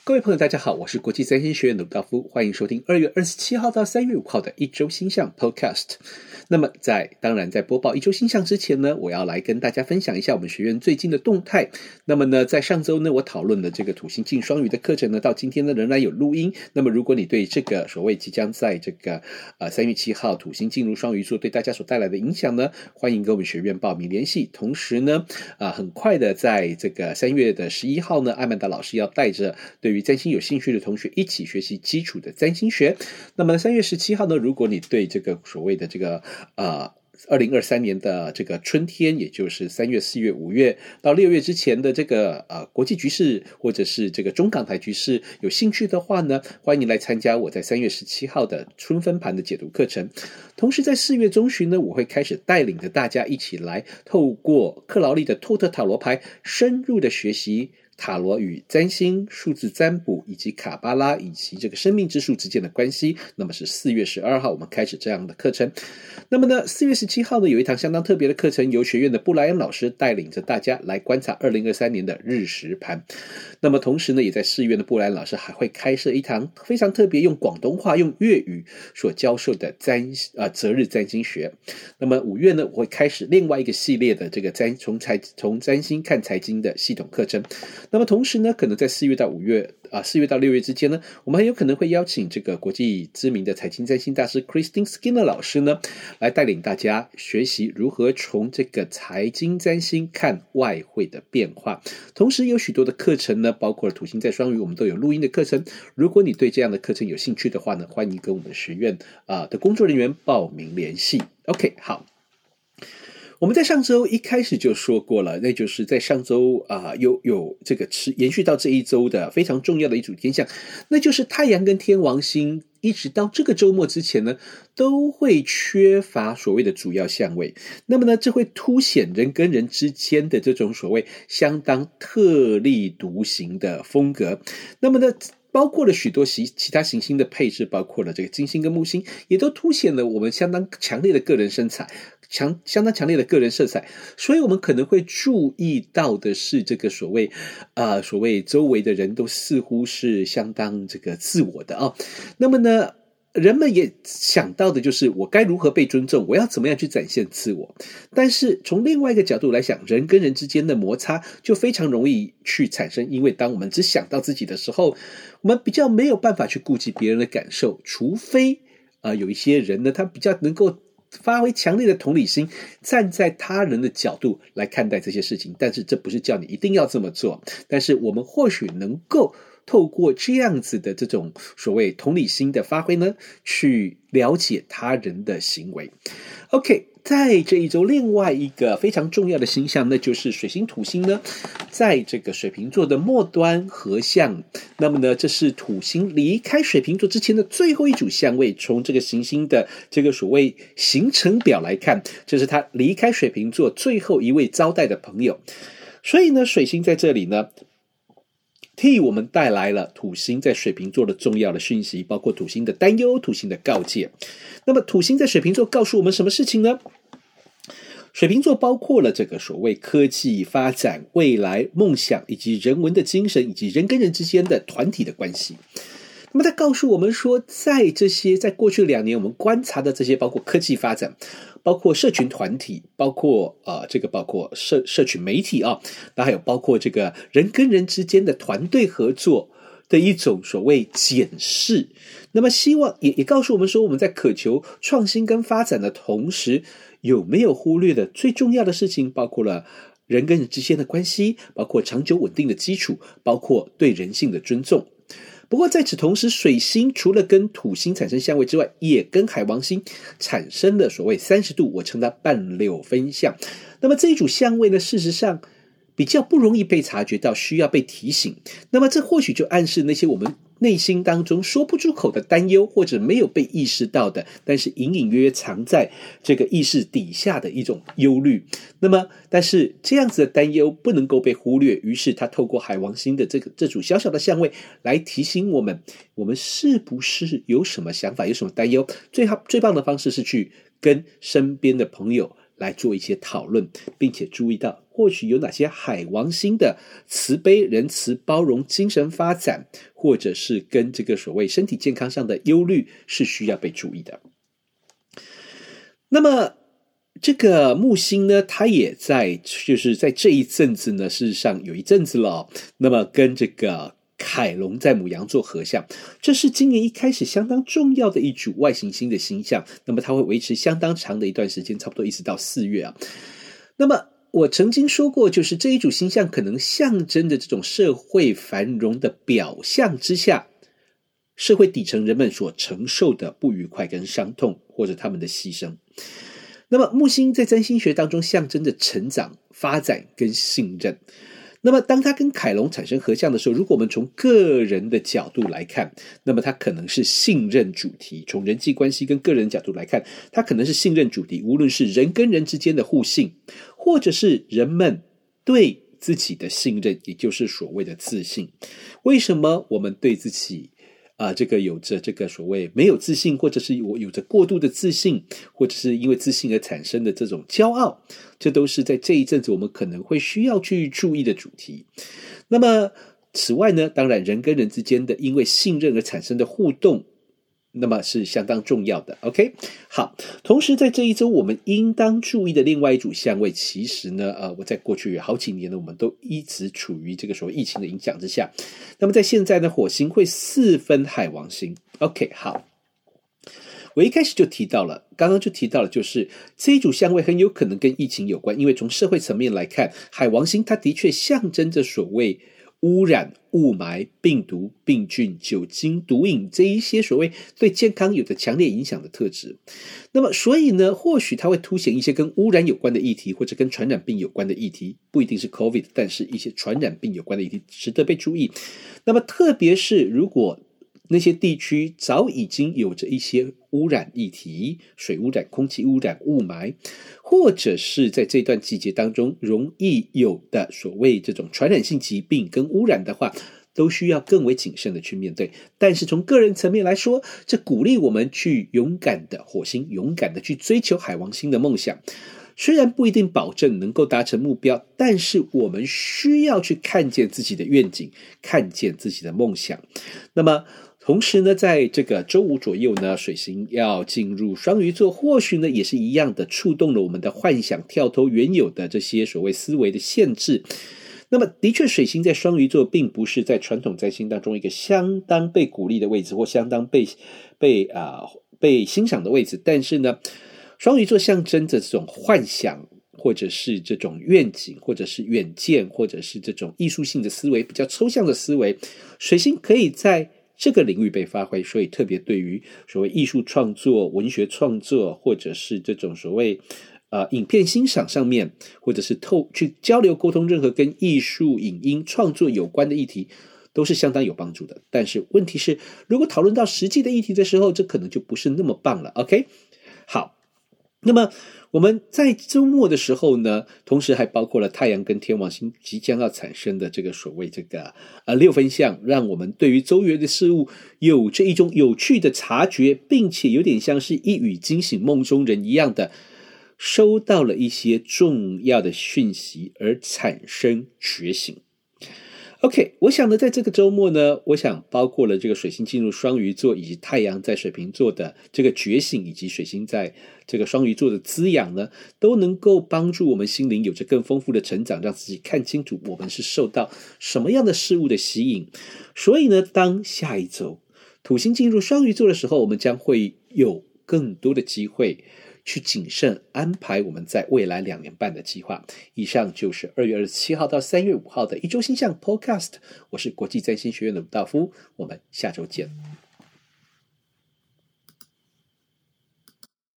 各位朋友大家好，我是国际占星学院的鲁道夫，欢迎收听2月27号到3月5号的一周星象 Podcast。 那么当然在播报一周星象之前呢，我要来跟大家分享一下我们学院最近的动态。那么呢，在上周呢，我讨论的这个土星进双鱼的课程呢，到今天呢仍然有录音。那么如果你对这个所谓即将在这个3月7号土星进入双鱼座对大家所带来的影响呢，欢迎跟我们学院报名联系。同时呢很快的在这个3月11号呢，艾曼达老师要带着对于占星有兴趣的同学一起学习基础的占星学。那么3月17号呢，如果你对这个所谓的这个2023年的这个春天，也就是3月、4月、5月到6月之前的这个国际局势或者是这个中港台局势有兴趣的话呢，欢迎来参加我在3月17号的春分盘的解读课程。同时在4月中旬呢，我会开始带领着大家一起来透过克劳利的透特塔罗牌深入的学习塔罗与占星、数字占卜以及卡巴拉以及这个生命之树之间的关系。那么是4月12号我们开始这样的课程。那么呢4月17号呢，有一堂相当特别的课程，由学院的布莱恩老师带领着大家来观察2023年的日食盘。那么同时呢，也在4月的布莱恩老师还会开设一堂非常特别用广东话用粤语所教授的择日占星学。那么5月呢，我会开始另外一个系列的这个从占星看财经的系统课程。那么同时呢，可能在4月到6月之间呢，我们很有可能会邀请这个国际知名的财经占星大师 Christine Skinner 老师呢，来带领大家学习如何从这个财经占星看外汇的变化。同时有许多的课程呢，包括了土星在双鱼，我们都有录音的课程。如果你对这样的课程有兴趣的话呢，欢迎跟我们学院的工作人员报名联系。 OK， 好，我们在上周一开始就说过了，那就是在上周有这个延续到这一周的非常重要的一组天象，那就是太阳跟天王星一直到这个周末之前呢，都会缺乏所谓的主要相位。那么呢，这会凸显人跟人之间的这种所谓相当特立独行的风格。那么呢，包括了许多其他行星的配置，包括了这个金星跟木星，也都凸显了我们相当强烈的个人色彩。相当强烈的个人色彩，所以我们可能会注意到的是这个所谓周围的人都似乎是相当这个自我的那么呢，人们也想到的就是我该如何被尊重，我要怎么样去展现自我。但是从另外一个角度来想，人跟人之间的摩擦就非常容易去产生，因为当我们只想到自己的时候，我们比较没有办法去顾及别人的感受，除非有一些人呢，他比较能够发挥强烈的同理心，站在他人的角度来看待这些事情。但是这不是叫你一定要这么做，但是我们或许能够透过这样子的这种所谓同理心的发挥呢，去了解他人的行为。 OK， 在这一周另外一个非常重要的星象，那就是水星土星呢在这个水瓶座的末端合相。那么呢，这是土星离开水瓶座之前的最后一组相位。从这个行星的这个所谓行程表来看，这是他离开水瓶座最后一位招待的朋友。所以呢，水星在这里呢替我们带来了土星在水瓶座的重要的讯息，包括土星的担忧、土星的告诫。那么土星在水瓶座告诉我们什么事情呢？水瓶座包括了这个所谓科技发展、未来、梦想以及人文的精神，以及人跟人之间的团体的关系。那么他告诉我们说，在过去2年我们观察的这些，包括科技发展，包括社群团体，包括社群媒体那还有包括这个人跟人之间的团队合作的一种所谓检视。那么希望也告诉我们说，我们在渴求创新跟发展的同时，有没有忽略的最重要的事情，包括了人跟人之间的关系，包括长久稳定的基础，包括对人性的尊重。不过在此同时，水星除了跟土星产生相位之外，也跟海王星产生了所谓30度，我称它半六分相。那么这一组相位呢，事实上比较不容易被察觉到，需要被提醒。那么这或许就暗示那些我们内心当中说不出口的担忧，或者没有被意识到的，但是隐隐约约藏在这个意识底下的一种忧虑。那么但是这样子的担忧不能够被忽略，于是他透过海王星的这组小小的相位来提醒我们，我们是不是有什么想法，有什么担忧。最棒的方式是去跟身边的朋友来做一些讨论，并且注意到或许有哪些海王星的慈悲、仁慈、包容、精神发展，或者是跟这个所谓身体健康上的忧虑是需要被注意的。那么这个木星呢，它也就是在这一阵子呢，事实上有一阵子了那么跟这个凯龙在牡羊座合相，这是今年一开始相当重要的一组外行星的星象，那么它会维持相当长的一段时间，差不多一直到4月啊。那么我曾经说过，就是这一组星象可能象征着这种社会繁荣的表象之下，社会底层人们所承受的不愉快跟伤痛，或者他们的牺牲。那么木星在占星学当中象征着成长、发展跟信任。那么当它跟凯龙产生合相的时候，如果我们从个人的角度来看，那么它可能是信任主题。从人际关系跟个人角度来看，它可能是信任主题，无论是人跟人之间的互信，或者是人们对自己的信任，也就是所谓的自信。为什么我们对自己这个有着这个所谓没有自信，或者是有着过度的自信，或者是因为自信而产生的这种骄傲，这都是在这一阵子我们可能会需要去注意的主题。那么此外呢，当然人跟人之间的因为信任而产生的互动，那么是相当重要的。 OK， 好，同时在这一周我们应当注意的另外一组相位，其实呢我在过去好几年呢，我们都一直处于这个所谓疫情的影响之下。那么在现在呢，火星会4分海王星。 OK， 好，我一开始就提到了，刚刚就提到了，就是这一组相位很有可能跟疫情有关，因为从社会层面来看，海王星它的确象征着所谓污染、雾霾、病毒、病菌、酒精、毒瘾这一些所谓对健康有着强烈影响的特质。那么所以呢，或许它会凸显一些跟污染有关的议题，或者跟传染病有关的议题，不一定是 COVID， 但是一些传染病有关的议题值得被注意。那么特别是如果那些地区早已经有着一些污染议题，水污染、空气污染、雾霾，或者是在这段季节当中容易有的所谓这种传染性疾病跟污染的话，都需要更为谨慎的去面对。但是从个人层面来说，这鼓励我们去勇敢的火星，勇敢的去追求海王星的梦想。虽然不一定保证能够达成目标，但是我们需要去看见自己的愿景，看见自己的梦想。那么同时呢，在这个周5左右呢，水星要进入双鱼座，或许呢也是一样的触动了我们的幻想，跳脱原有的这些所谓思维的限制。那么的确水星在双鱼座并不是在传统占星当中一个相当被鼓励的位置，或相当被欣赏的位置，但是呢双鱼座象征着这种幻想，或者是这种愿景，或者是远见，或者是这种艺术性的思维，比较抽象的思维，水星可以在这个领域被发挥。所以特别对于所谓艺术创作、文学创作，或者是这种所谓影片欣赏上面，或者是去交流沟通任何跟艺术、影音创作有关的议题，都是相当有帮助的。但是问题是，如果讨论到实际的议题的时候，这可能就不是那么棒了。 OK， 好，那么我们在周末的时候呢，同时还包括了太阳跟天王星即将要产生的这个所谓这个6分相，让我们对于周围的事物有着一种有趣的察觉，并且有点像是一语惊醒梦中人一样的收到了一些重要的讯息而产生觉醒。OK， 我想呢，在这个周末呢，我想包括了这个水星进入双鱼座，以及太阳在水瓶座的这个觉醒，以及水星在这个双鱼座的滋养呢，都能够帮助我们心灵有着更丰富的成长，让自己看清楚我们是受到什么样的事物的吸引。所以呢，当下一周土星进入双鱼座的时候，我们将会有更多的机会去谨慎安排我们在未来2年半的计划。以上就是2月27号到3月5号的一周星象 Podcast， 我是国际占星学院的鲁道夫，我们下周见。